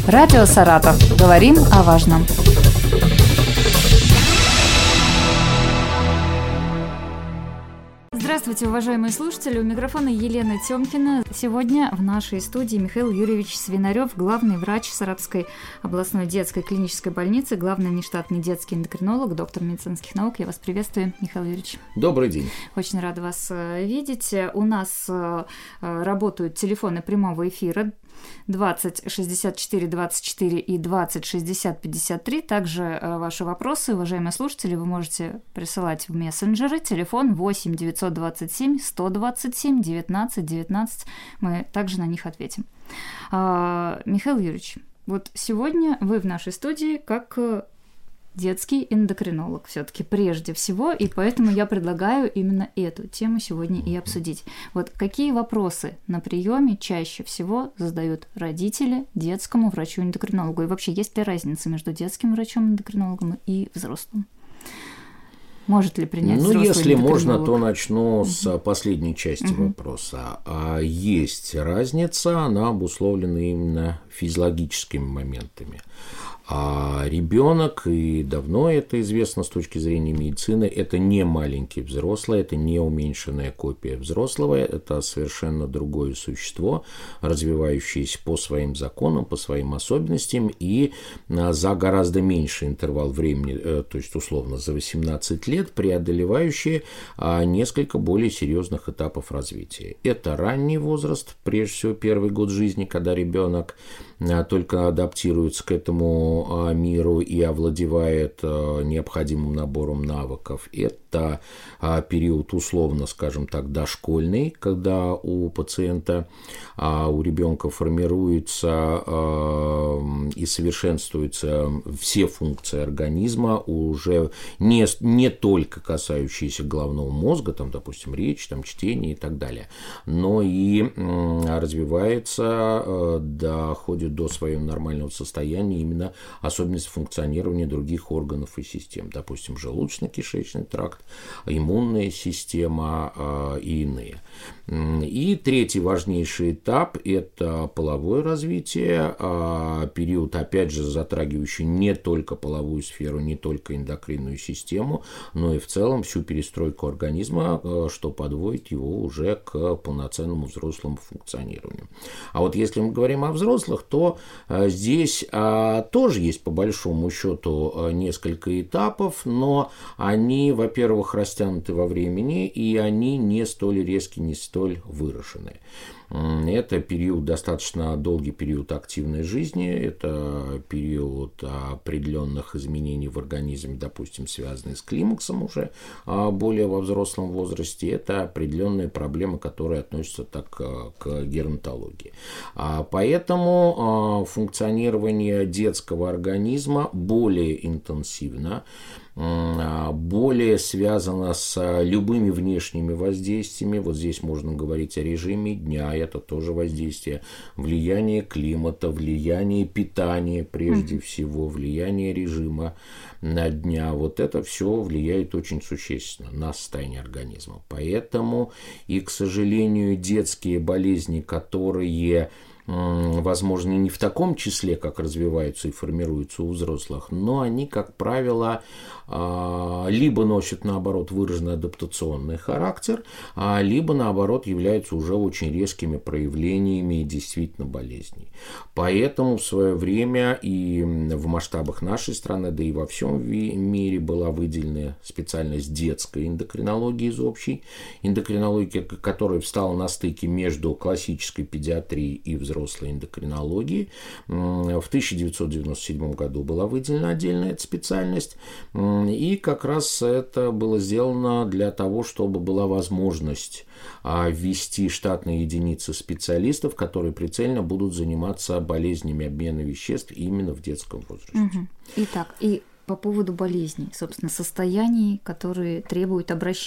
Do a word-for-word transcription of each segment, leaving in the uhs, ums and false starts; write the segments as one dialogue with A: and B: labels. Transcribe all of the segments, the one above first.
A: Радио «Саратов». Говорим о важном. Здравствуйте, уважаемые слушатели. У микрофона Елена Тёмкина. Сегодня в нашей студии Михаил Юрьевич Свинарёв, главный врач Саратовской областной детской клинической больницы, главный внештатный детский эндокринолог, доктор медицинских наук. Я вас приветствую, Михаил Юрьевич.
B: Добрый день.
A: Очень рада вас видеть. У нас работают телефоны прямого эфира двадцать шестьдесят четыре двадцать четыре и двадцать шестьдесят пятьдесят три. Также ваши вопросы, уважаемые слушатели, вы можете присылать в мессенджеры. Телефон восемь девятьсот двадцать семь сто двадцать семь девятнадцать девятнадцать. Мы также на них ответим. Михаил Юрьевич, вот сегодня вы в нашей студии как детский эндокринолог все-таки прежде всего, и поэтому я предлагаю именно эту тему сегодня и обсудить. Вот какие вопросы на приеме чаще всего задают родители детскому врачу-эндокринологу? И вообще, есть ли разница между детским врачом-эндокринологом и взрослым? Может ли принять взрослый
B: эндокринолог? Ну, если можно, то начну
A: uh-huh.
B: с последней части uh-huh. вопроса. А есть разница, она обусловлена именно физиологическими моментами. А ребенок, и давно это известно с точки зрения медицины, это не маленький взрослый, это не уменьшенная копия взрослого, это совершенно другое существо, развивающееся по своим законам, по своим особенностям и за гораздо меньший интервал времени, то есть условно за восемнадцать лет, преодолевающее несколько более серьезных этапов развития. Это ранний возраст, прежде всего первый год жизни, когда ребенок только адаптируется к этому миру и овладевает необходимым набором навыков. Это период условно, скажем так, дошкольный, когда у пациента, у ребенка формируются и совершенствуются все функции организма, уже не, не только касающиеся головного мозга, там, допустим, речь, там, чтение и так далее, но и развивается, доходит до своего нормального состояния именно особенности функционирования других органов и систем, допустим, желудочно-кишечный тракт, иммунная система э, и иные. И третий важнейший этап – это половое развитие, э, период, опять же, затрагивающий не только половую сферу, не только эндокринную систему, но и в целом всю перестройку организма, э, что подводит его уже к полноценному взрослому функционированию. А вот если мы говорим о взрослых, то э, здесь э, тоже есть по большому счету несколько этапов, но они, во-первых, растянуты во времени, и они не столь резкие, не столь выраженные. Это период, достаточно долгий период активной жизни, это период определенных изменений в организме, допустим, связанные с климаксом уже более во взрослом возрасте, это определенные проблемы, которые относятся так к геронтологии. Поэтому функционирование детского организма более интенсивно, более связано с любыми внешними воздействиями. Вот здесь можно говорить о режиме дня, это тоже воздействие, влияние климата, влияние питания, прежде всего, влияние режима дня. Вот это все влияет очень существенно на состояние организма. Поэтому и, к сожалению, детские болезни, которые возможно, не в таком числе, как развиваются и формируются у взрослых, но они, как правило, либо носят, наоборот, выраженный адаптационный характер, либо, наоборот, являются уже очень резкими проявлениями действительно болезней. Поэтому в свое время и в масштабах нашей страны, да и во всем мире была выделена специальность детской эндокринологии из общей эндокринологии, которая встала на стыке между классической педиатрией и взрослой взрослой эндокринологии. В тысяча девятьсот девяносто седьмом году была выделена отдельная эта специальность, и как раз это было сделано для того, чтобы была возможность ввести штатные единицы специалистов, которые прицельно будут заниматься болезнями обмена веществ именно в детском возрасте.
A: Угу. Итак, и по поводу болезней, собственно, состояний, которые требуют обращения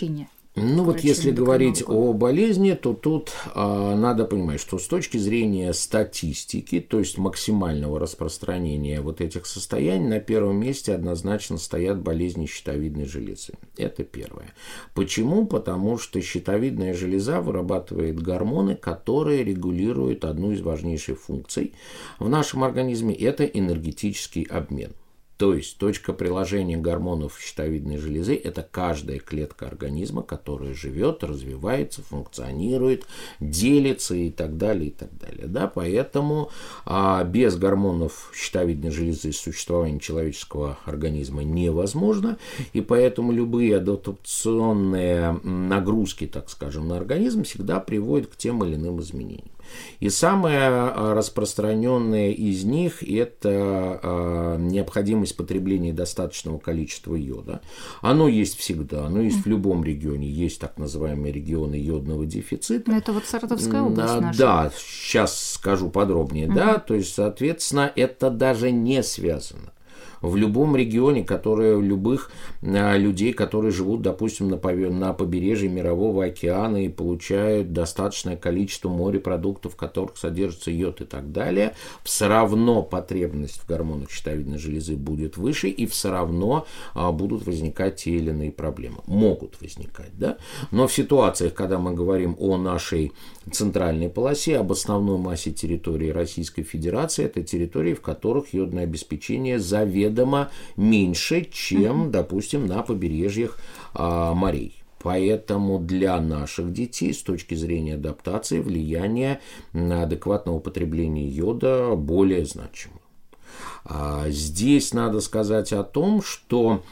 B: Ну вот если говорить о болезни, то тут а, надо понимать, что с точки зрения статистики, то есть максимального распространения вот этих состояний, на первом месте однозначно стоят болезни щитовидной железы. Это первое. Почему? Потому что щитовидная железа вырабатывает гормоны, которые регулируют одну из важнейших функций в нашем организме – это энергетический обмен. То есть точка приложения гормонов щитовидной железы – это каждая клетка организма, которая живет, развивается, функционирует, делится и так далее, и так далее. Да? Поэтому а, без гормонов щитовидной железы существование человеческого организма невозможно, и поэтому любые адаптационные нагрузки, так скажем, на организм всегда приводят к тем или иным изменениям. И самое распространенное из них – это необходимость потребления достаточного количества йода. Оно есть всегда, оно есть в любом регионе. Есть так называемые регионы йодного дефицита.
A: Это вот Саратовская область
B: да,
A: наша. Да,
B: сейчас скажу подробнее.
A: Угу.
B: Да, то есть, соответственно, это даже не связано. В любом регионе, которые, любых а, людей, которые живут, допустим, на, на побережье Мирового океана и получают достаточное количество морепродуктов, в которых содержится йод и так далее, все равно потребность в гормонах щитовидной железы будет выше, и все равно а, будут возникать те или иные проблемы. Могут возникать, да? Но в ситуациях, когда мы говорим о нашей центральной полосе, об основной массе территории Российской Федерации, это территории, в которых йодное обеспечение заведомо меньше, чем, uh-huh. допустим, на побережьях а, морей. Поэтому для наших детей с точки зрения адаптации влияние на адекватное употребление йода более значимо. А здесь надо сказать о том, что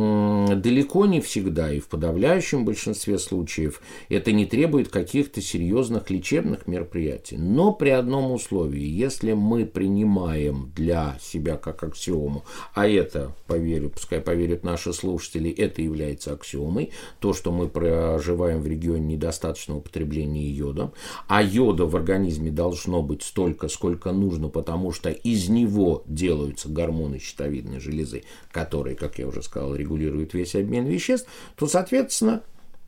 B: далеко не всегда и в подавляющем большинстве случаев это не требует каких-то серьезных лечебных мероприятий. Но при одном условии, если мы принимаем для себя как аксиому, а это, поверю, пускай поверят наши слушатели, это является аксиомой, то, что мы проживаем в регионе недостаточного употребления йода, а йода в организме должно быть столько, сколько нужно, потому что из него делаются гормоны щитовидной железы, которые, как я уже сказал, регулирует весь обмен веществ, то, соответственно,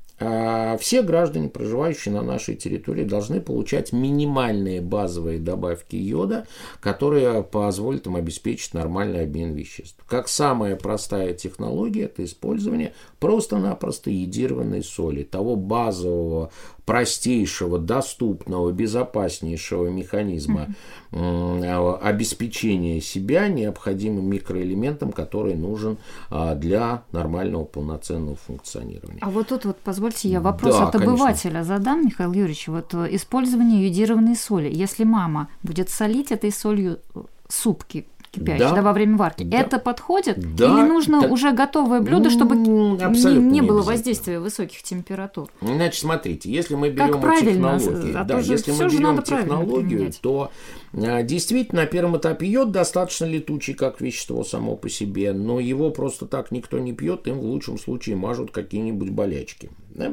B: все граждане, проживающие на нашей территории, должны получать минимальные базовые добавки йода, которые позволят им обеспечить нормальный обмен веществ. Как самая простая технология – это использование просто-напросто йодированной соли, того базового, простейшего, доступного, безопаснейшего механизма mm-hmm. обеспечения себя необходимым микроэлементом, который нужен для нормального полноценного функционирования.
A: А вот тут вот, позвольте, я вопрос да, от обывателя конечно. задам, Михаил Юрьевич. Вот использование йодированной соли. Если мама будет солить этой солью суп кипящий, да, да, во время варки, да. это подходит? Да, или нужно да. уже готовое блюдо, чтобы не, не было воздействия высоких температур?
B: Значит, смотрите, если мы берем технологию, а да, если мы берем технологию, то действительно на первом этапе йод достаточно летучий как вещество само по себе, но его просто так никто не пьет, им в лучшем случае мажут какие-нибудь болячки. Да?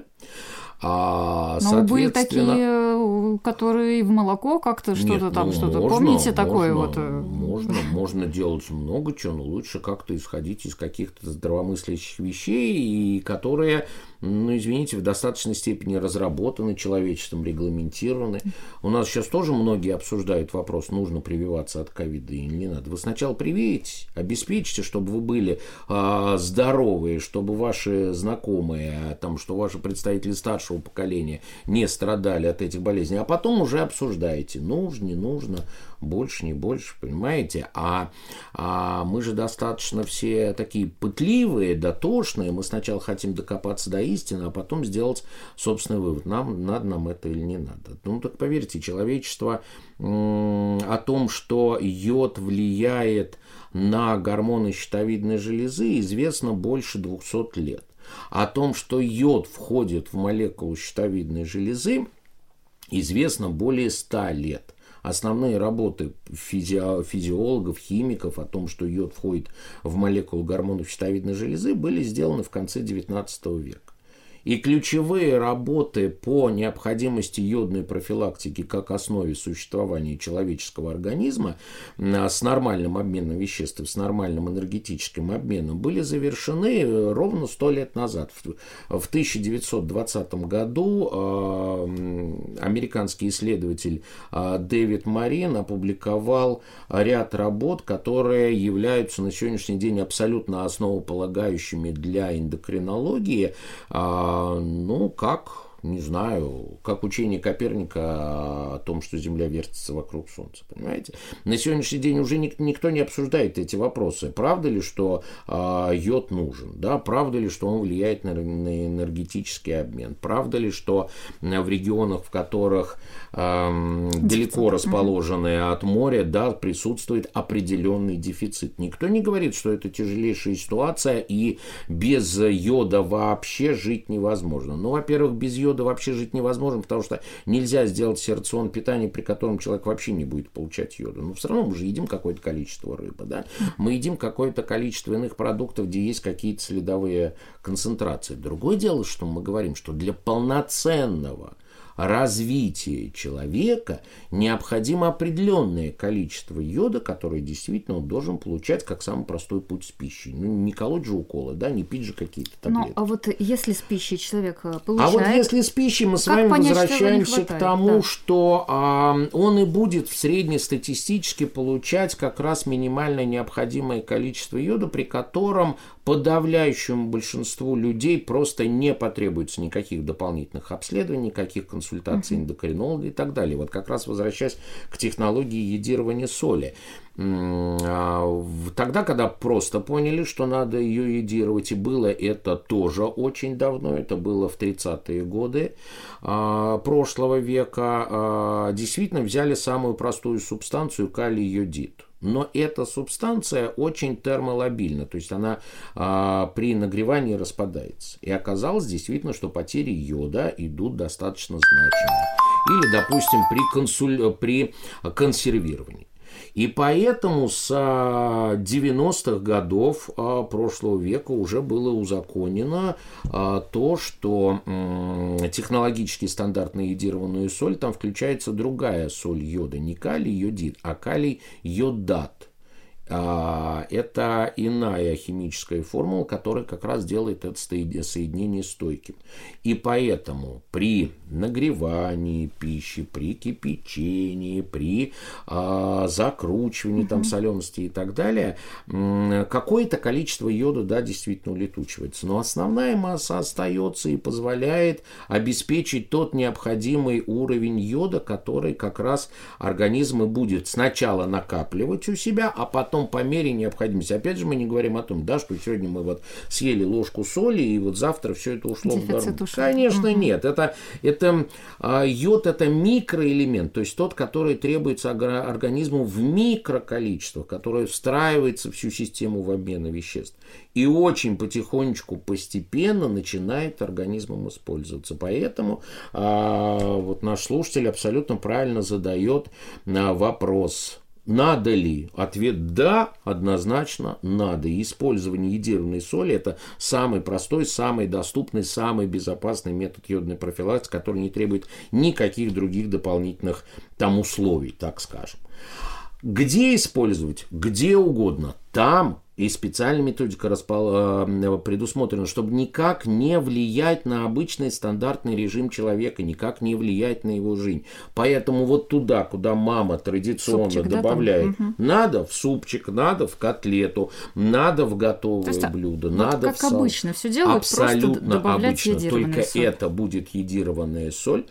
B: А,
A: но были такие, которые в молоко как-то что-то там, ну, что-то, можно, помните такое
B: можно,
A: вот?
B: Можно, можно делать много чего, но лучше как-то исходить из каких-то здравомыслящих вещей, и которые, ну, извините, в достаточной степени разработаны человечеством, регламентированы. У нас сейчас тоже многие обсуждают вопрос, нужно прививаться от ковида или не надо. Вы сначала привейтесь, обеспечьте, чтобы вы были а, здоровые, чтобы ваши знакомые, там, что ваши представители старшего поколения не страдали от этих болезней, а потом уже обсуждаете, нужно, не нужно, больше, не больше, понимаете? А, а мы же достаточно все такие пытливые, дотошные, мы сначала хотим докопаться до истины, а потом сделать собственный вывод, нам надо нам это или не надо. Ну, так поверьте, человечество м- о том, что йод влияет на гормоны щитовидной железы, известно больше двухсот лет. О том, что йод входит в молекулу щитовидной железы, известно более ста лет. Основные работы физи- физиологов, химиков о том, что йод входит в молекулу гормонов щитовидной железы, были сделаны в конце девятнадцатого века. И ключевые работы по необходимости йодной профилактики как основе существования человеческого организма с нормальным обменом веществ, с нормальным энергетическим обменом были завершены ровно сто лет назад. В тысяча девятьсот двадцатом году американский исследователь Дэвид Марин опубликовал ряд работ, которые являются на сегодняшний день абсолютно основополагающими для эндокринологии. Ну, как, не знаю, как учение Коперника о том, что Земля вертится вокруг Солнца, понимаете? На сегодняшний день уже никто не обсуждает эти вопросы. Правда ли, что э, йод нужен? Да? Правда ли, что он влияет на, на энергетический обмен? Правда ли, что в регионах, в которых э, далеко расположены от моря, да, присутствует определенный дефицит? Никто не говорит, что это тяжелейшая ситуация и без йода вообще жить невозможно. Ну, во-первых, без йода вообще жить невозможно, потому что нельзя сделать себе рацион питания, при котором человек вообще не будет получать йода. Но все равно мы же едим какое-то количество рыбы, да? Мы едим какое-то количество иных продуктов, где есть какие-то следовые концентрации. Другое дело, что мы говорим, что для полноценного развития человека необходимо определенное количество йода, которое действительно он должен получать как самый простой путь с пищей. Ну, не колоть же уколы, да, не пить же какие-то таблетки.
A: Ну, а вот если с пищей человек получает...
B: А вот если с пищей мы с вами понять, возвращаемся к тому, да. что а, он и будет среднестатистически получать как раз минимальное необходимое количество йода, при котором подавляющему большинству людей просто не потребуется никаких дополнительных обследований, никаких консультаций эндокринолога и так далее. Вот как раз возвращаясь к технологии йодирования соли. Тогда, когда просто поняли, что надо ее йодировать, и было это тоже очень давно, это было в тридцатые годы прошлого века, действительно взяли самую простую субстанцию калий-йодид. Но эта субстанция очень термолабильна, то есть она а, при нагревании распадается. И оказалось действительно, что потери йода идут достаточно значимые. Или, допустим, при, консуль... при консервировании. И поэтому с девяностых годов прошлого века уже было узаконено то, что технологически стандартную йодированную соль, там включается другая соль йода, не калий-йодид, а калий-йодат. Это иная химическая формула, которая как раз делает это соединение стойким. И поэтому при нагревании пищи, при кипячении, при а, закручивании там, солености и так далее, какое-то количество йода, да, действительно улетучивается. Но основная масса остается и позволяет обеспечить тот необходимый уровень йода, который как раз организм и будет сначала накапливать у себя, а потом по мере необходимости. Опять же, мы не говорим о том, да, что сегодня мы вот съели ложку соли, и вот завтра все это ушло в дорогу. Конечно, угу. нет. Это, это йод – это микроэлемент, то есть тот, который требуется организму в микроколичествах, который встраивается в всю систему в обмена веществ. И очень потихонечку, постепенно начинает организмом использоваться. Поэтому а, вот наш слушатель абсолютно правильно задает а, вопрос. Надо ли? Ответ да, однозначно надо. И использование йодированной соли – это самый простой, самый доступный, самый безопасный метод йодной профилактики, который не требует никаких других дополнительных там условий, так скажем. Где использовать? Где угодно. Там и специальная методика предусмотрена, чтобы никак не влиять на обычный стандартный режим человека, никак не влиять на его жизнь. Поэтому вот туда, куда мама традиционно супчик, добавляет, да, надо в супчик, надо в котлету, надо в готовое есть, блюдо, вот надо
A: как
B: в сал.
A: Обычно все делают,
B: абсолютно
A: просто
B: обычно. Только
A: соль.
B: это будет йодированная соль,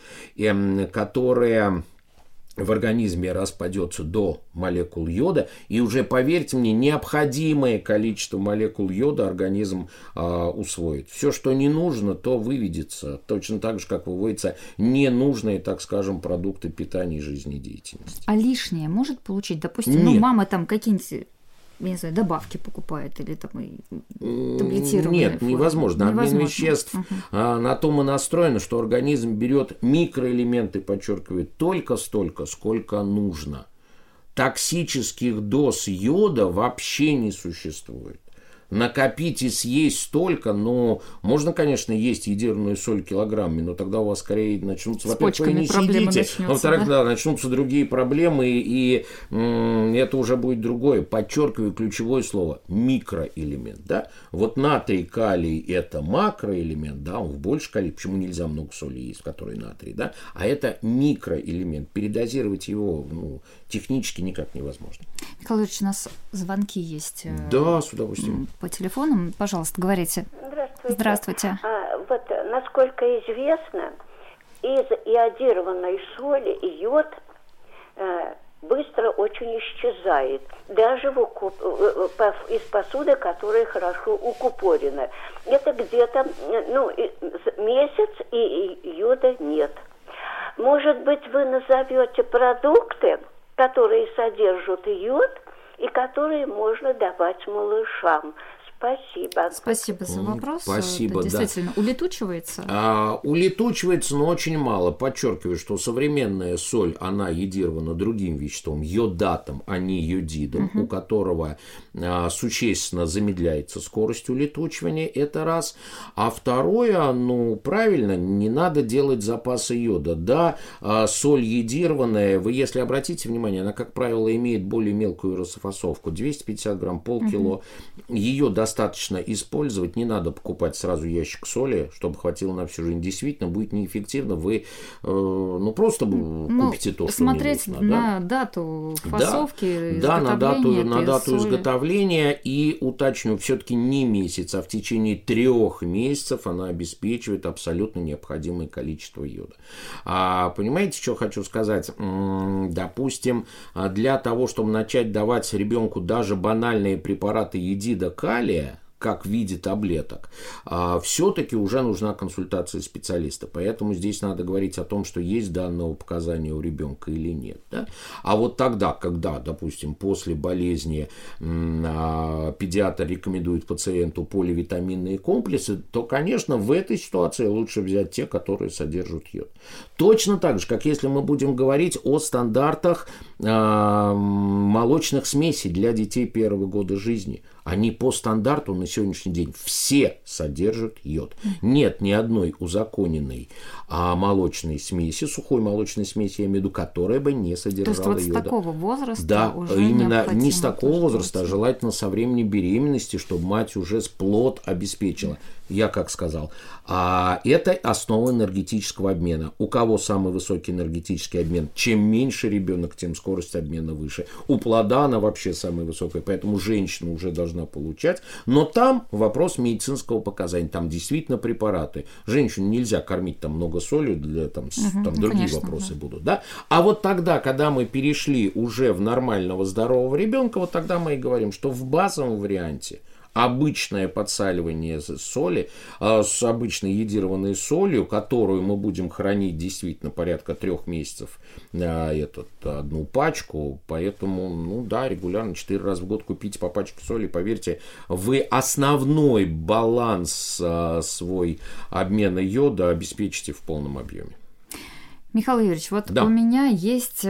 B: которая в организме распадется до молекул йода, и уже, поверьте мне, необходимое количество молекул йода организм а, усвоит. Все, что не нужно, то выведется, точно так же, как выводятся ненужные, так скажем, продукты питания и жизнедеятельности.
A: А лишнее может получить? Допустим, ну, мама там какие-нибудь, не знаю, добавки покупает или там таблетированные
B: Нет,
A: формы.
B: невозможно.
A: невозможно.
B: Обмен веществ угу. а, на том и настроено, что организм берет микроэлементы, подчеркивает, только столько, сколько нужно. Токсических доз йода вообще не существует. накопить и съесть столько, но можно, конечно, есть йодированную соль килограммами, но тогда у вас скорее начнутся, во-первых, вы не съедите, во-вторых, да? Да, начнутся другие проблемы, и м- это уже будет другое. Подчеркиваю ключевое слово – микроэлемент. Да? Вот натрий, калий – это макроэлемент, да, он в большем количестве, почему нельзя много соли есть, в которой натрий, да? А это микроэлемент, передозировать его ну, технически никак невозможно.
A: Михаил Юрьевич, у нас звонки есть.
B: Да, с удовольствием.
A: По телефону, пожалуйста, говорите.
C: Здравствуйте.
A: Здравствуйте.
C: А, вот, насколько известно, из иодированной соли йод э, быстро очень исчезает, даже в укуп... из посуды, которая хорошо укупорена. Это где-то ну, месяц, и йода нет. Может быть, вы назовете продукты, которые содержат йод и которые можно давать малышам. Спасибо.
A: Спасибо за вопрос.
B: Спасибо,
A: это действительно
B: да.
A: улетучивается?
B: А, улетучивается, но очень мало. Подчеркиваю, что современная соль, она йодирована другим веществом, йодатом, а не йодидом, угу. у которого а, существенно замедляется скорость улетучивания. Это раз. А второе, ну, правильно, не надо делать запасы йода. Да, а, соль йодированная, вы, если обратите внимание, она, как правило, имеет более мелкую расфасовку, двести пятьдесят грамм, полкило. Угу. Ее достаточно Достаточно использовать, не надо покупать сразу ящик соли, чтобы хватило на всю жизнь. Действительно, будет неэффективно, вы э, ну просто ну, купите то, что
A: смотреть
B: не нужно.
A: на
B: да?
A: дату фасовки,
B: да, да, на дату, на дату
A: соли.
B: изготовления, и уточню, все-таки не месяц, а в течение трех месяцев она обеспечивает абсолютно необходимое количество йода. А, понимаете, что хочу сказать? Допустим, для того, чтобы начать давать ребенку даже банальные препараты йодида калия, как в виде таблеток, а, все-таки уже нужна консультация специалиста. Поэтому здесь надо говорить о том, что есть данного показания у ребенка или нет. Да? А вот тогда, когда, допустим, после болезни м, а, педиатр рекомендует пациенту поливитаминные комплексы, то, конечно, в этой ситуации лучше взять те, которые содержат йод. Точно так же, как если мы будем говорить о стандартах а, молочных смесей для детей первого года жизни. Они по стандарту на сегодняшний день все содержат йод. Нет ни одной узаконенной а, молочной смеси, сухой молочной смеси, я имею в виду, которая бы не содержала йода. То есть
A: вот с такого возраста
B: да,
A: уже
B: именно не с такого возраста, а желательно со времени беременности, чтобы мать уже плод обеспечила. Я как сказал. А это основа энергетического обмена. У кого самый высокий энергетический обмен? Чем меньше ребенок, тем скорость обмена выше. У плода она вообще самая высокая, поэтому женщина уже должна получать. Но там вопрос медицинского показания. Там действительно препараты. Женщину нельзя кормить там много соли, для, там, угу, там другие конечно, вопросы да. будут. Да? А вот тогда, когда мы перешли уже в нормального здорового ребенка, вот тогда мы и говорим, что в базовом варианте обычное подсаливание соли с обычной йодированной солью, которую мы будем хранить действительно порядка трех месяцев, этот, одну пачку, поэтому, ну да, регулярно четыре раза в год купите по пачке соли, поверьте, вы основной баланс свой обмена йода обеспечите в полном объеме.
A: Михаил Юрьевич, вот
B: да.
A: у меня есть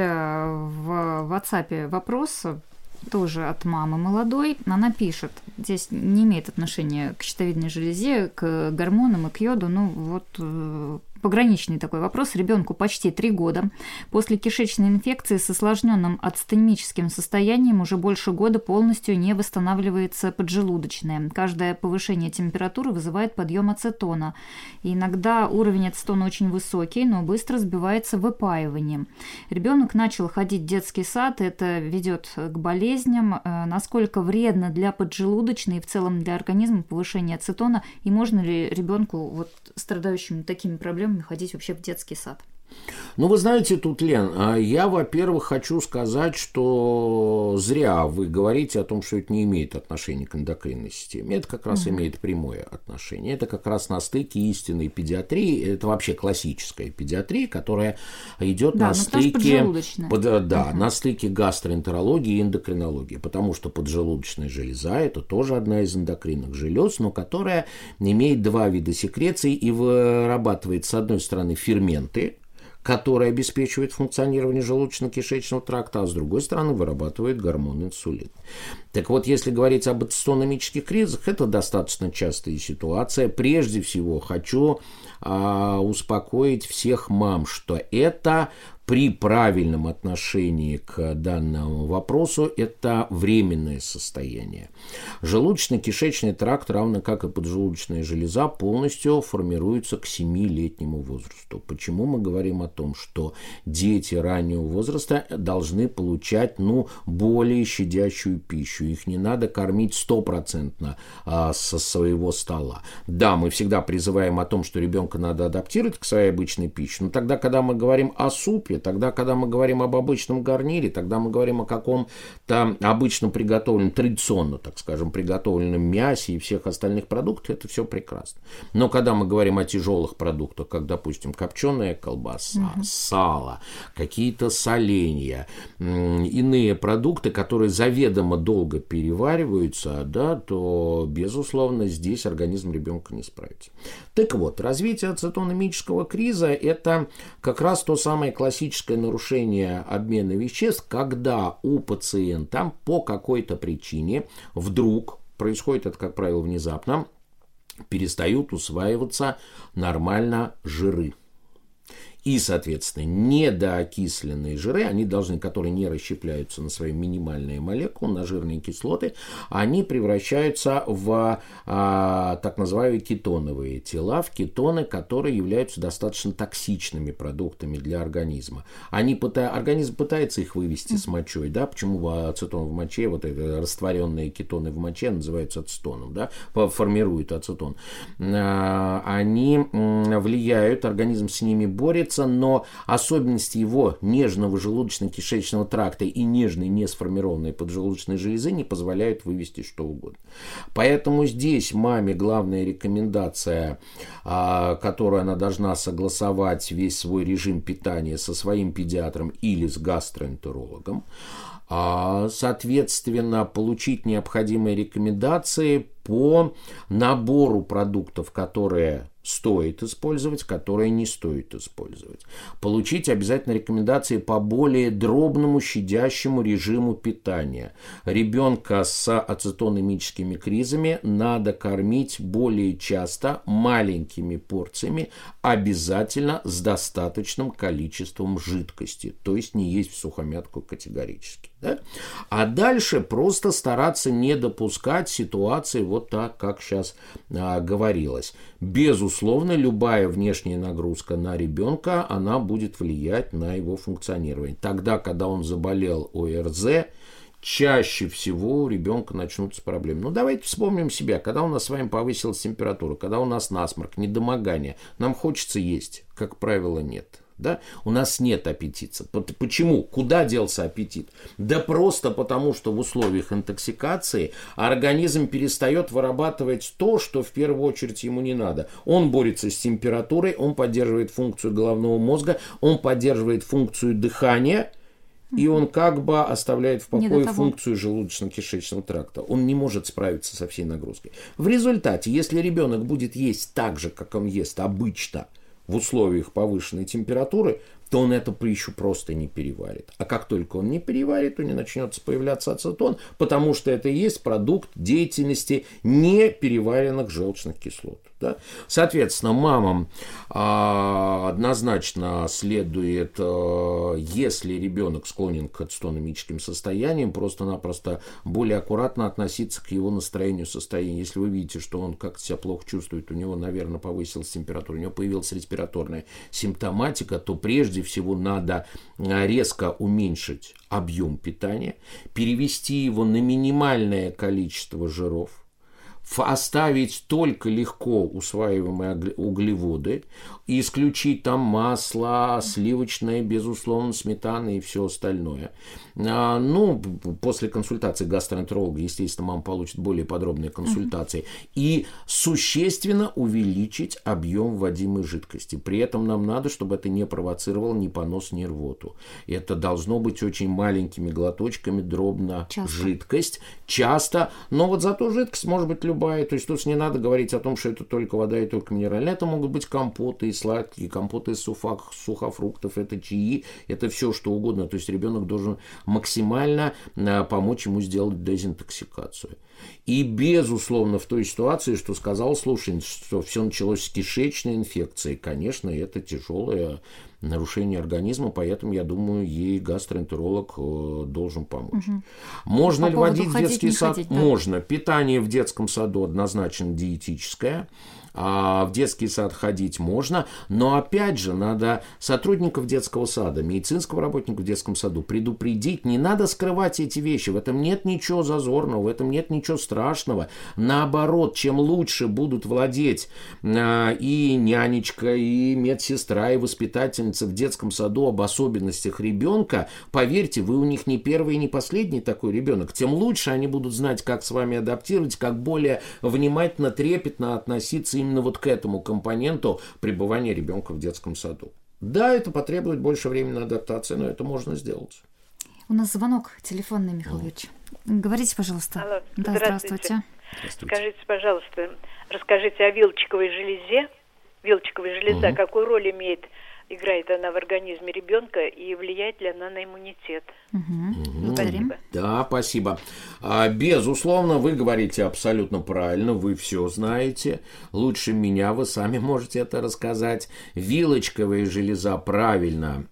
A: в WhatsApp вопрос, тоже от мамы молодой. Она пишет, здесь не имеет отношения к щитовидной железе, к гормонам и к йоду, ну вот пограничный такой вопрос. Ребенку почти три года. После кишечной инфекции с осложненным ацетемическим состоянием уже больше года полностью не восстанавливается поджелудочная. Каждое повышение температуры вызывает подъем ацетона. И иногда уровень ацетона очень высокий, но быстро сбивается выпаиванием. Ребенок начал ходить в детский сад, это ведет к болезням. Насколько вредно для поджелудочной и в целом для организма повышение ацетона, и можно ли ребенку, вот, страдающему такими проблемами, ходить вообще в детский сад?
B: Ну, вы знаете, тут, Лен, я, во-первых, хочу сказать, что зря вы говорите о том, что это не имеет отношения к эндокринной системе. Это как раз угу. имеет прямое отношение. Это как раз на стыке истинной педиатрии. Это вообще классическая педиатрия, которая идет да, на стыке, под, да, угу. на стыке гастроэнтерологии и эндокринологии. Потому что поджелудочная железа – это тоже одна из эндокринных желез, но которая имеет два вида секреций и вырабатывает, с одной стороны, ферменты, который обеспечивает функционирование желудочно-кишечного тракта, а с другой стороны вырабатывает гормон инсулин. Так вот, если говорить об ацетономических кризисах, это достаточно частая ситуация. Прежде всего, хочу а, успокоить всех мам, что это при правильном отношении к данному вопросу это временное состояние. Желудочно-кишечный тракт, равно как и поджелудочная железа, полностью формируется к семилетнему возрасту. Почему мы говорим о том, что дети раннего возраста должны получать ну, более щадящую пищу? Их не надо кормить стопроцентно а, со своего стола. Да, мы всегда призываем о том, что ребенка надо адаптировать к своей обычной пище, но тогда, когда мы говорим о супе, тогда, когда мы говорим об обычном гарнире, тогда мы говорим о каком-то обычно приготовленном, традиционно, так скажем, приготовленном мясе и всех остальных продуктах, это все прекрасно. Но когда мы говорим о тяжелых продуктах, как, допустим, копченая колбаса, угу. сало, какие-то соленья, иные продукты, которые заведомо долго перевариваются, да, то, безусловно, здесь организм ребенка не справится. Так вот, развитие ацетономического криза – это как раз то самое классическое нарушение обмена веществ, когда у пациента по какой-то причине вдруг, происходит это, как правило, внезапно, перестают усваиваться нормально жиры. И, соответственно, недоокисленные жиры, они должны, которые не расщепляются на свои минимальные молекулы, на жирные кислоты, они превращаются в а, так называемые кетоновые тела, в кетоны, которые являются достаточно токсичными продуктами для организма. Они пыта... Организм пытается их вывести с мочой, да, почему ацетон в моче, вот это растворенные кетоны в моче называются ацетоном, да, формируют ацетон. А, они влияют, организм с ними борется, но особенности его нежного желудочно-кишечного тракта и нежной не сформированной поджелудочной железы не позволяют вывести что угодно. Поэтому здесь маме главная рекомендация, которую она должна согласовать весь свой режим питания со своим педиатром или с гастроэнтерологом, соответственно, получить необходимые рекомендации по набору продуктов, которые стоит использовать, которые не стоит использовать. Получить обязательно рекомендации по более дробному щадящему режиму питания. Ребенка с ацетономическими кризами надо кормить более часто маленькими порциями, обязательно с достаточным количеством жидкости, то есть не есть в сухомятку категорически. Да? А дальше просто стараться не допускать ситуации вот так, как сейчас а, говорилось. Безусловно, любая внешняя нагрузка на ребенка, она будет влиять на его функционирование. Тогда, когда он заболел ОРЗ, чаще всего у ребенка начнутся проблемы. Ну, давайте вспомним себя. Когда у нас с вами повысилась температура, когда у нас насморк, недомогание, нам хочется есть, как правило, нет. Да? У нас нет аппетита. Почему? Куда делся аппетит? Да просто потому, что в условиях интоксикации организм перестает вырабатывать то, что в первую очередь ему не надо. Он борется с температурой, он поддерживает функцию головного мозга, он поддерживает функцию дыхания, и он как бы оставляет в покое функцию желудочно-кишечного тракта. Он не может справиться со всей нагрузкой. В результате, если ребенок будет есть так же, как он ест обычно, в условиях повышенной температуры, то он эту пищу просто не переварит. А как только он не переварит, у него начнется появляться ацетон, потому что это и есть продукт деятельности непереваренных желчных кислот. Да? Соответственно, мамам а, однозначно следует, а, если ребенок склонен к ацетономическим состояниям, просто-напросто более аккуратно относиться к его настроению, состоянию. Если вы видите, что он как-то себя плохо чувствует, у него, наверное, повысилась температура, у него появилась респираторная симптоматика, то прежде всего надо резко уменьшить объем питания, перевести его на минимальное количество жиров, оставить только легко усваиваемые углеводы, исключить там масло, сливочное, безусловно, сметана и все остальное. А, ну, после консультации гастроэнтеролога, естественно, мама получит более подробные консультации. Mm-hmm. И существенно увеличить объем вводимой жидкости. При этом нам надо, чтобы это не провоцировало ни понос, ни рвоту. Это должно быть очень маленькими глоточками, дробно часто. Жидкость. Часто. Но вот зато жидкость может быть любая. любая. То есть тут не надо говорить о том, что это только вода и только минеральная. Это могут быть компоты и сладкие, компоты из сухофруктов, это чаи, это все что угодно. То есть ребенок должен максимально помочь ему сделать дезинтоксикацию. И, безусловно, в той ситуации, что сказал слушатель, что все началось с кишечной инфекции, конечно, это тяжелое нарушение организма, поэтому, я думаю, ей гастроэнтеролог должен помочь. Угу. Можно По ли водить в детский сад? Ходить, да? Можно. Питание в детском саду однозначно диетическое. А в детский сад ходить можно, но опять же надо сотрудников детского сада, медицинского работника в детском саду предупредить, не надо скрывать эти вещи, в этом нет ничего зазорного, в этом нет ничего страшного, наоборот, чем лучше будут владеть а, и нянечка, и медсестра, и воспитательница в детском саду об особенностях ребенка, поверьте, вы у них не первый и не последний такой ребенок, тем лучше они будут знать, как с вами адаптировать, как более внимательно, трепетно относиться именно вот к этому компоненту пребывания ребенка в детском саду. Да, это потребует больше времени на адаптацию, но это можно сделать.
A: У нас звонок телефонный, Михаил Юрьевич. Говорите, пожалуйста.
D: Алло,
A: да,
D: здравствуйте.
B: Здравствуйте.
D: Скажите, пожалуйста, расскажите о вилочковой железе. Вилочковая железа, угу. Какую роль имеет, играет она в организме ребенка и влияет ли она на иммунитет?
A: Угу. Благодарим.
B: Да, спасибо. А, безусловно, вы говорите абсолютно правильно, вы все знаете. Лучше меня вы сами можете это рассказать. Вилочковая железа, правильно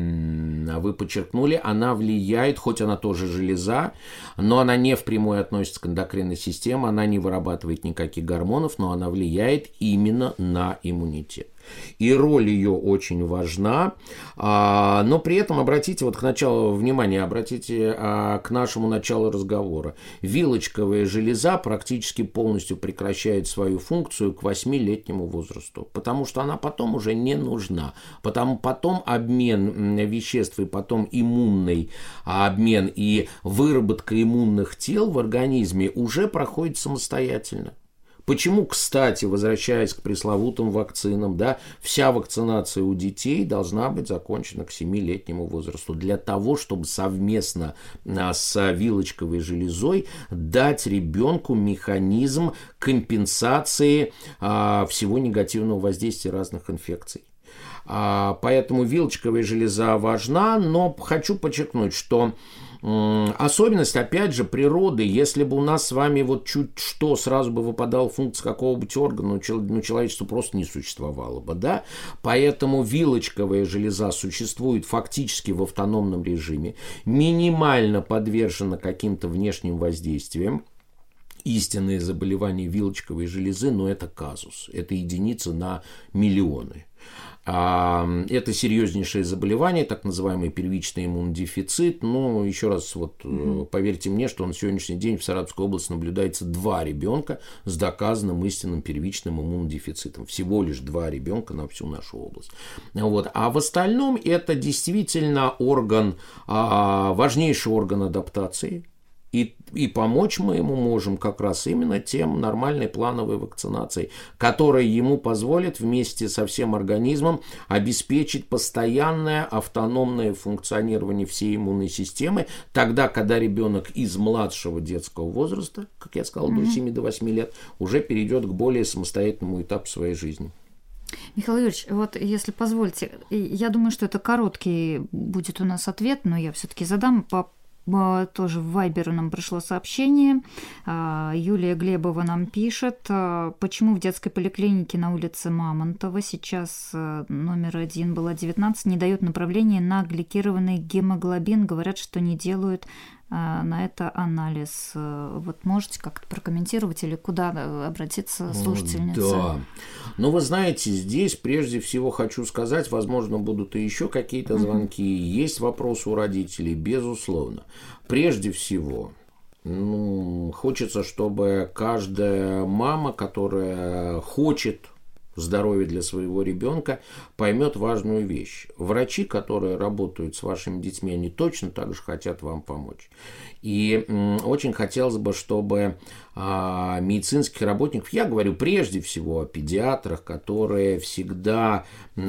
B: вы подчеркнули, она влияет, хоть она тоже железа, но она не впрямую относится к эндокринной системе, она не вырабатывает никаких гормонов, но она влияет именно на иммунитет. И роль ее очень важна, а, но при этом обратите вот к началу внимания, обратите а, к нашему началу разговора. Вилочковая железа практически полностью прекращает свою функцию к восьмилетнему возрасту, потому что она потом уже не нужна, потому потом обмен веществ и потом иммунный обмен и выработка иммунных тел в организме уже проходит самостоятельно. Почему, кстати, возвращаясь к пресловутым вакцинам, да, вся вакцинация у детей должна быть закончена к семилетнему возрасту для того, чтобы совместно с вилочковой железой дать ребенку механизм компенсации а, всего негативного воздействия разных инфекций. А, поэтому вилочковая железа важна, но хочу подчеркнуть, что особенность, опять же, природы. Если бы у нас с вами вот чуть что сразу бы выпадала функция какого-нибудь органа, ну, человечество просто не существовало бы, да? Поэтому вилочковая железа существует фактически в автономном режиме, минимально подвержена каким-то внешним воздействиям. Истинные заболевания вилочковой железы, но это казус, это единицы на миллионы. Это серьезнейшее заболевание, так называемый первичный иммунодефицит. Но еще раз, вот, mm-hmm. поверьте мне, что на сегодняшний день в Саратовской области наблюдается два ребенка с доказанным истинным первичным иммунодефицитом. Всего лишь два ребенка на всю нашу область. Вот. А в остальном это действительно орган, важнейший орган адаптации. И, и помочь мы ему можем как раз именно тем нормальной плановой вакцинацией, которая ему позволит вместе со всем организмом обеспечить постоянное автономное функционирование всей иммунной системы, тогда, когда ребенок из младшего детского возраста, как я сказал, mm-hmm. до семи-восьми лет, уже перейдет к более самостоятельному этапу своей жизни.
A: Михаил Юрьевич, вот если позволите, я думаю, что это короткий будет у нас ответ, но я все-таки задам по тоже в Вайбер нам пришло сообщение. Юлия Глебова нам пишет, почему в детской поликлинике на улице Мамонтова, сейчас номер один, была девятнадцать, не дают направления на гликированный гемоглобин. Говорят, что не делают на это анализ. Вот можете как-то прокомментировать или куда обратиться слушательница?
B: Да. Ну, вы знаете, здесь прежде всего хочу сказать, возможно, будут и еще какие-то звонки. Uh-huh. Есть вопросы у родителей, безусловно. Прежде всего, ну, хочется, чтобы каждая мама, которая хочет здоровья для своего ребенка, поймет важную вещь. Врачи, которые работают с вашими детьми, они точно так же хотят вам помочь. И очень хотелось бы, чтобы а, медицинских работников, я говорю прежде всего о педиатрах, которые всегда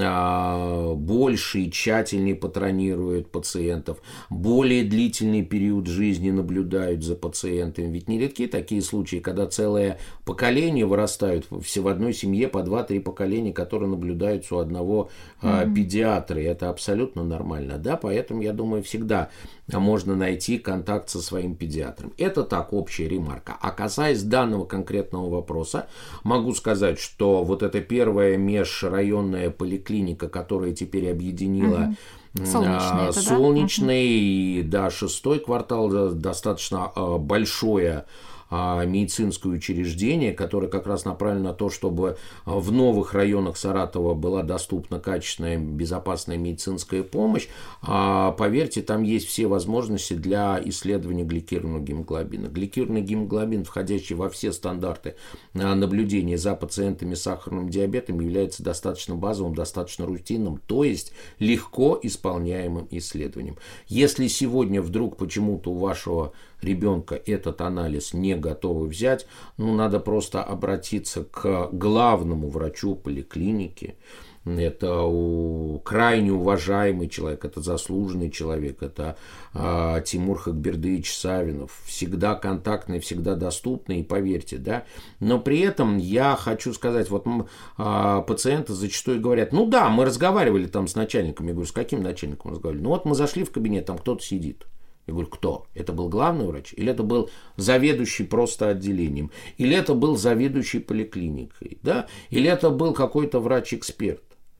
B: а, больше и тщательнее патронируют пациентов, более длительный период жизни наблюдают за пациентами. Ведь нередки такие случаи, когда целое поколение вырастают все в одной семье, по два-три поколения, которые наблюдаются у одного а, mm-hmm. педиатра. И это абсолютно нормально. Да? Поэтому, я думаю, всегда можно найти контакт со своим педиатром. Это так, общая ремарка. А касаясь данного конкретного вопроса, могу сказать, что вот эта первая межрайонная поликлиника, которая теперь объединила
A: угу. Солнечный, это,
B: Солнечный, да? да, шестой квартал, достаточно большое медицинское учреждение, которое как раз направлено на то, чтобы в новых районах Саратова была доступна качественная, безопасная медицинская помощь. А, поверьте, там есть все возможности для исследования гликированного гемоглобина. Гликированный гемоглобин, входящий во все стандарты наблюдения за пациентами с сахарным диабетом, является достаточно базовым, достаточно рутинным, то есть легко исполняемым исследованием. Если сегодня вдруг почему-то у вашего ребенка этот анализ не готовы взять, ну, надо просто обратиться к главному врачу поликлиники. Это крайне уважаемый человек, это заслуженный человек, это а, Тимур Хакбердыевич Савинов, всегда контактный, всегда доступный, и поверьте, да. Но при этом я хочу сказать, вот а, пациенты зачастую говорят, ну да, мы разговаривали там с начальником, я говорю, с каким начальником мы разговаривали? Ну вот мы зашли в кабинет, там кто-то сидит. Я говорю, кто? Это был главный врач? Или это был заведующий просто отделением? Или это был заведующий поликлиникой? Да? Или это был какой-то врач-эксперт?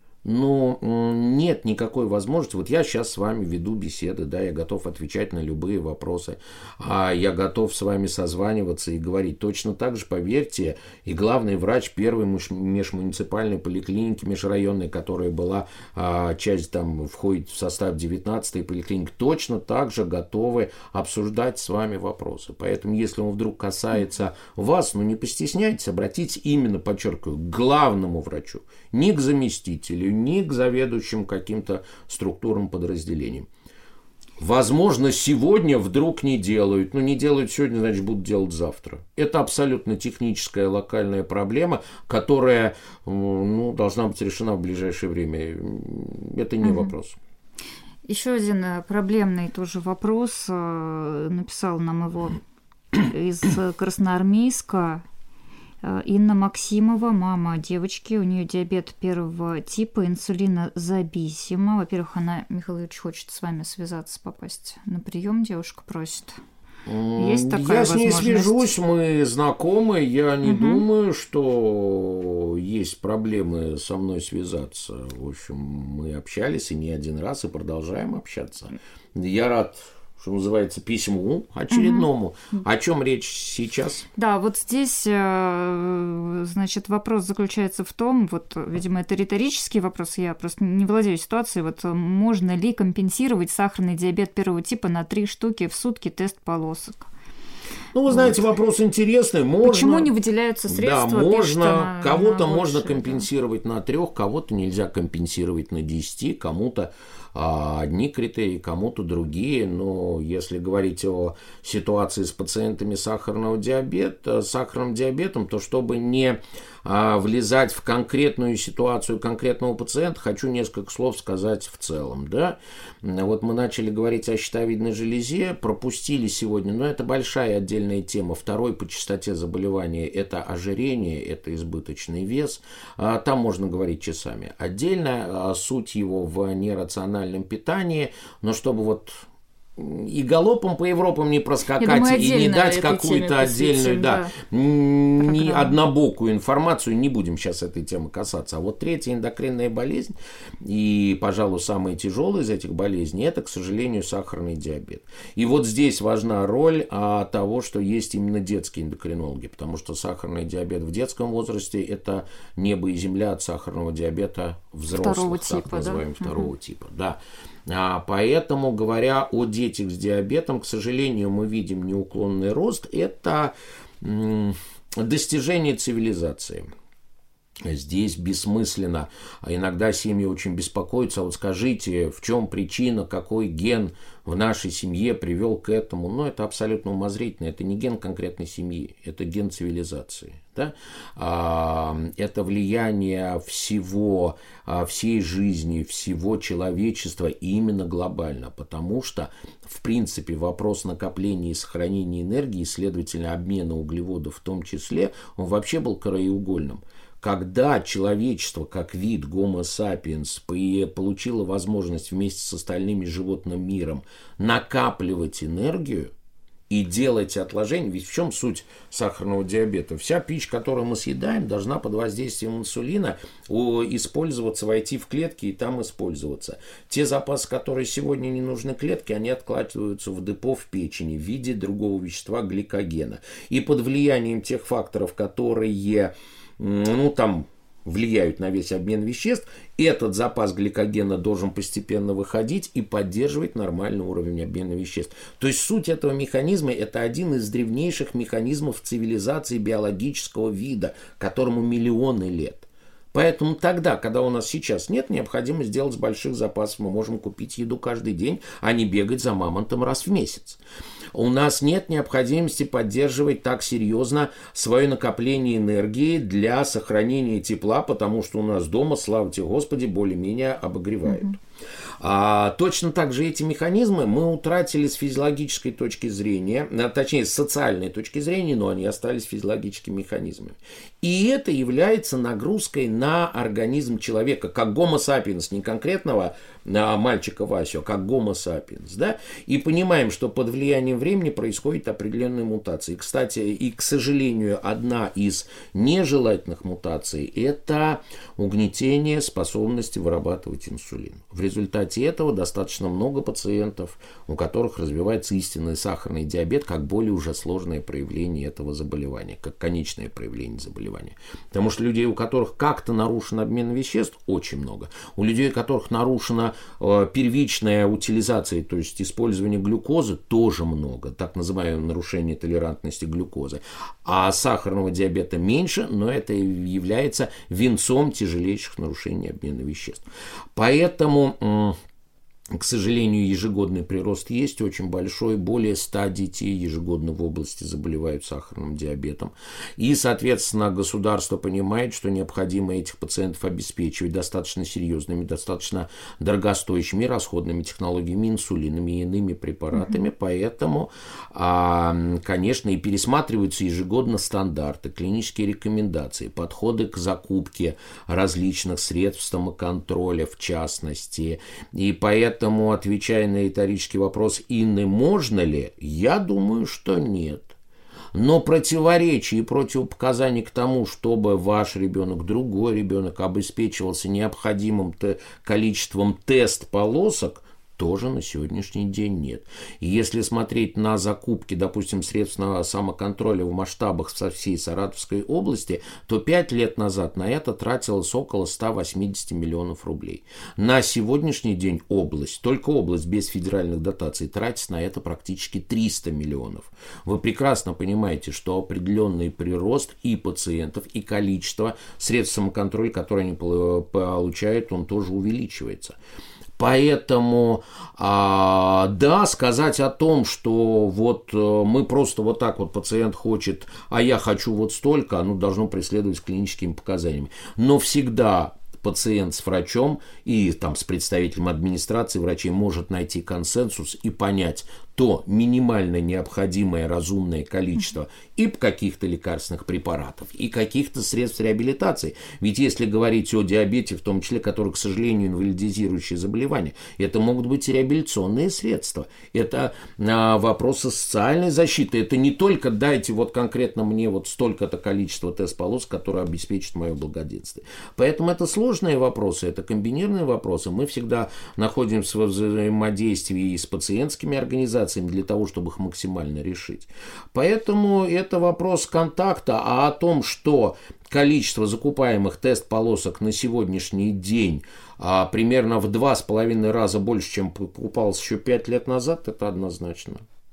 B: Но нет никакой возможности. Вот я сейчас с вами веду беседы, да, я готов отвечать на любые вопросы, а я готов с вами созваниваться и говорить. Точно так же, поверьте, и главный врач первой межмуниципальной поликлиники межрайонной, которая была, а, часть там входит в состав девятнадцатой поликлиники, точно так же готовы обсуждать с вами вопросы. Поэтому, если он вдруг касается вас, ну не постесняйтесь, обратитесь именно, подчеркиваю, к главному врачу, не к заместителю, ни к заведующим каким-то структурным подразделениям. Возможно, сегодня вдруг не делают. Но не делают сегодня, значит, будут делать завтра. Это абсолютно техническая локальная проблема, которая, ну, должна быть решена в ближайшее время. Это не угу. вопрос.
A: Еще один проблемный тоже вопрос. Написал нам его из Красноармейска Инна Максимова, мама девочки, у нее диабет первого типа, инсулинозависима. Во-первых, она, Михаил Юрьевич, хочет с вами связаться, попасть на прием, девушка просит. Есть такая
B: я с ней
A: возможность?
B: свяжусь, мы знакомы, я не угу. думаю, что есть проблемы со мной связаться. В общем, мы общались и не один раз, и продолжаем общаться. Я рад, что называется, письму очередному. Угу. О чем речь сейчас?
A: Да, вот здесь, значит, вопрос заключается в том, вот, видимо, это риторический вопрос, я просто не владею ситуацией, вот, можно ли компенсировать сахарный диабет первого типа на три штуки в сутки тест полосок?
B: Ну, вы знаете, вот. Вопрос интересный. Можно,
A: почему не выделяются средства?
B: Да, можно, кого-то на можно больше, компенсировать да. на трех, кого-то нельзя компенсировать на десяти, кому-то а, одни критерии, кому-то другие. Но если говорить о ситуации с пациентами сахарного диабета, с сахарным диабетом, то чтобы не а, влезать в конкретную ситуацию конкретного пациента, хочу несколько слов сказать в целом. Да? Вот мы начали говорить о щитовидной железе, пропустили сегодня, но это большая отдельная тема. Второй по частоте заболевания – это ожирение, это избыточный вес. Там можно говорить часами. Отдельно суть его в нерациональном питании, но чтобы вот и галопом по Европам не проскакать, думаю, и не дать какую-то отдельную, да, да, не однобокую информацию, не будем сейчас этой темы касаться. А вот третья эндокринная болезнь, и, пожалуй, самая тяжелая из этих болезней, это, к сожалению, сахарный диабет. И вот здесь важна роль а, того, что есть именно детские эндокринологи, потому что сахарный диабет в детском возрасте – это небо и земля от сахарного диабета взрослых, второго так типа, называемого, да? второго угу. типа, да. А, поэтому, говоря о детях с диабетом, к сожалению, мы видим неуклонный рост. Это м, достижение цивилизации. Здесь бессмысленно. А иногда семьи очень беспокоятся. А вот скажите, в чем причина, какой ген в нашей семье привел к этому? Ну, это абсолютно умозрительно. Это не ген конкретной семьи, это ген цивилизации. Да? А, это влияние всего, всей жизни, всего человечества именно глобально. Потому что, в принципе, вопрос накопления и сохранения энергии, следовательно, обмена углеводов в том числе, он вообще был краеугольным. Когда человечество, как вид Homo sapiens, получило возможность вместе с остальным животным миром накапливать энергию и делать отложения, ведь в чем суть сахарного диабета? Вся пища, которую мы съедаем, должна под воздействием инсулина использоваться, войти в клетки и там использоваться. Те запасы, которые сегодня не нужны клетке, они откладываются в депо в печени в виде другого вещества гликогена. И под влиянием тех факторов, которые... ну, там влияют на весь обмен веществ, этот запас гликогена должен постепенно выходить и поддерживать нормальный уровень обмена веществ. То есть суть этого механизма – это один из древнейших механизмов цивилизации биологического вида, которому миллионы лет. Поэтому тогда, когда у нас сейчас нет необходимости делать больших запасов, мы можем купить еду каждый день, а не бегать за мамонтом раз в месяц. У нас нет необходимости поддерживать так серьезно свое накопление энергии для сохранения тепла, потому что у нас дома, слава тебе Господи, более-менее обогревают. Mm-hmm. А, точно так же эти механизмы мы утратили с физиологической точки зрения, точнее, с социальной точки зрения, но они остались физиологическими механизмами. И это является нагрузкой на организм человека, как Homo sapiens, не конкретного а, мальчика Васю, а как Homo sapiens. Да? И понимаем, что под влиянием времени происходят определенные мутации. Кстати, и, к сожалению, одна из нежелательных мутаций – это угнетение способности вырабатывать инсулин. В результате этого достаточно много пациентов, у которых развивается истинный сахарный диабет, как более уже сложное проявление этого заболевания, как конечное проявление заболевания. Потому что людей, у которых как-то нарушен обмен веществ, очень много. У людей, у которых нарушена э, первичная утилизация, то есть использование глюкозы, тоже много. Так называемое нарушение толерантности глюкозы. А сахарного диабета меньше, но это является венцом тяжелейших нарушений обмена веществ. Поэтому... К сожалению, ежегодный прирост есть, очень большой. Более ста детей ежегодно в области заболевают сахарным диабетом. И, соответственно, государство понимает, что необходимо этих пациентов обеспечивать достаточно серьезными, достаточно дорогостоящими расходными технологиями, инсулинами и иными препаратами. Mm-hmm. Поэтому, конечно, и пересматриваются ежегодно стандарты, клинические рекомендации, подходы к закупке различных средств самоконтроля, в частности. И поэтому Поэтому, отвечая на риторический вопрос Инны, можно ли, я думаю, что нет. Но противоречий и противопоказаний к тому, чтобы ваш ребенок, другой ребенок обеспечивался необходимым количеством тест-полосок, тоже на сегодняшний день нет. И если смотреть на закупки, допустим, средств самоконтроля в масштабах со всей Саратовской области, то пять лет назад на это тратилось около ста восьмидесяти миллионов рублей. На сегодняшний день область, только область без федеральных дотаций, тратит на это практически триста миллионов. Вы прекрасно понимаете, что определенный прирост и пациентов, и количество средств самоконтроля, которые они получают, он тоже увеличивается. Поэтому, а, да, сказать о том, что вот мы просто вот так вот пациент хочет, а я хочу вот столько, оно должно преследовать клиническими показаниями. Но всегда пациент с врачом и там, с представителем администрации врачей может найти консенсус и понять то минимально необходимое разумное количество и каких-то лекарственных препаратов, и каких-то средств реабилитации. Ведь если говорить о диабете, в том числе, который, к сожалению, инвалидизирующие заболевания, это могут быть реабилитационные средства. Это а, вопросы социальной защиты. Это не только дайте вот конкретно мне вот столько-то количество тест-полос, которые обеспечат мое благоденствие. Поэтому это сложные вопросы, это комбинированные вопросы. Мы всегда находимся во взаимодействии с пациентскими организациями, для того, чтобы их максимально решить. Поэтому это вопрос контакта, а о том, что количество закупаемых тест-полосок на сегодняшний день а, примерно в два с половиной раза больше, чем покупалось еще пять лет назад, это однозначно.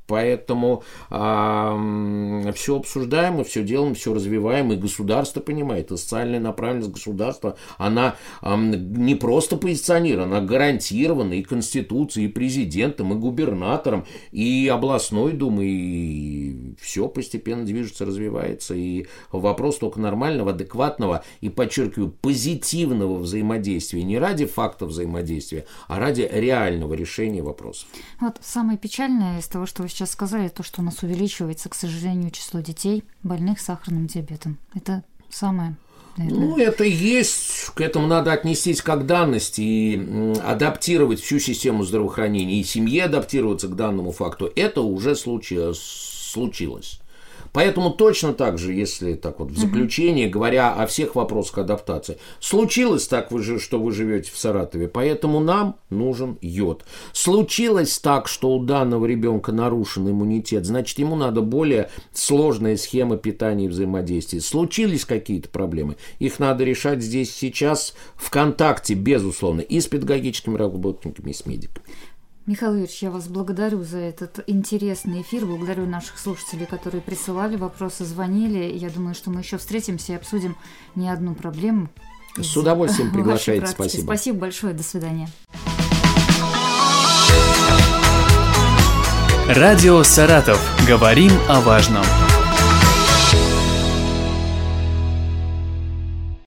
B: Поэтому э, все обсуждаем, мы все делаем, все развиваем, и государство понимает, и социальная направленность государства, она э, не просто позиционирована, она гарантирована и Конституцией, и президентом, и губернатором, и областной думой, и все постепенно движется, развивается, и вопрос только нормального, адекватного и, подчеркиваю, позитивного взаимодействия, не ради факта взаимодействия, а ради реального решения вопросов.
A: Вот самое печальное из того, что вы сейчас сказали, то, что у нас увеличивается, к сожалению, число детей, больных сахарным диабетом. Это самое... Наверное.
B: Ну, это есть, к этому надо отнестись как данность и адаптировать всю систему здравоохранения, и семье адаптироваться к данному факту. Это уже случилось. Поэтому точно так же, если так вот в заключение, uh-huh. говоря о всех вопросах адаптации, случилось так, вы же, что вы живете в Саратове, поэтому нам нужен йод. Случилось так, что у данного ребенка нарушен иммунитет, значит, ему надо более сложная схема питания и взаимодействия. Случились какие-то проблемы, их надо решать здесь сейчас в контакте, безусловно, и с педагогическими работниками, и с медиками.
A: Михаил Юрьевич, я вас благодарю за этот интересный эфир, благодарю наших слушателей, которые присылали вопросы, звонили. Я думаю, что мы еще встретимся и обсудим не одну проблему.
B: С удовольствием приглашайте, спасибо.
A: Спасибо большое, до свидания.
E: Радио «Саратов». Говорим о важном.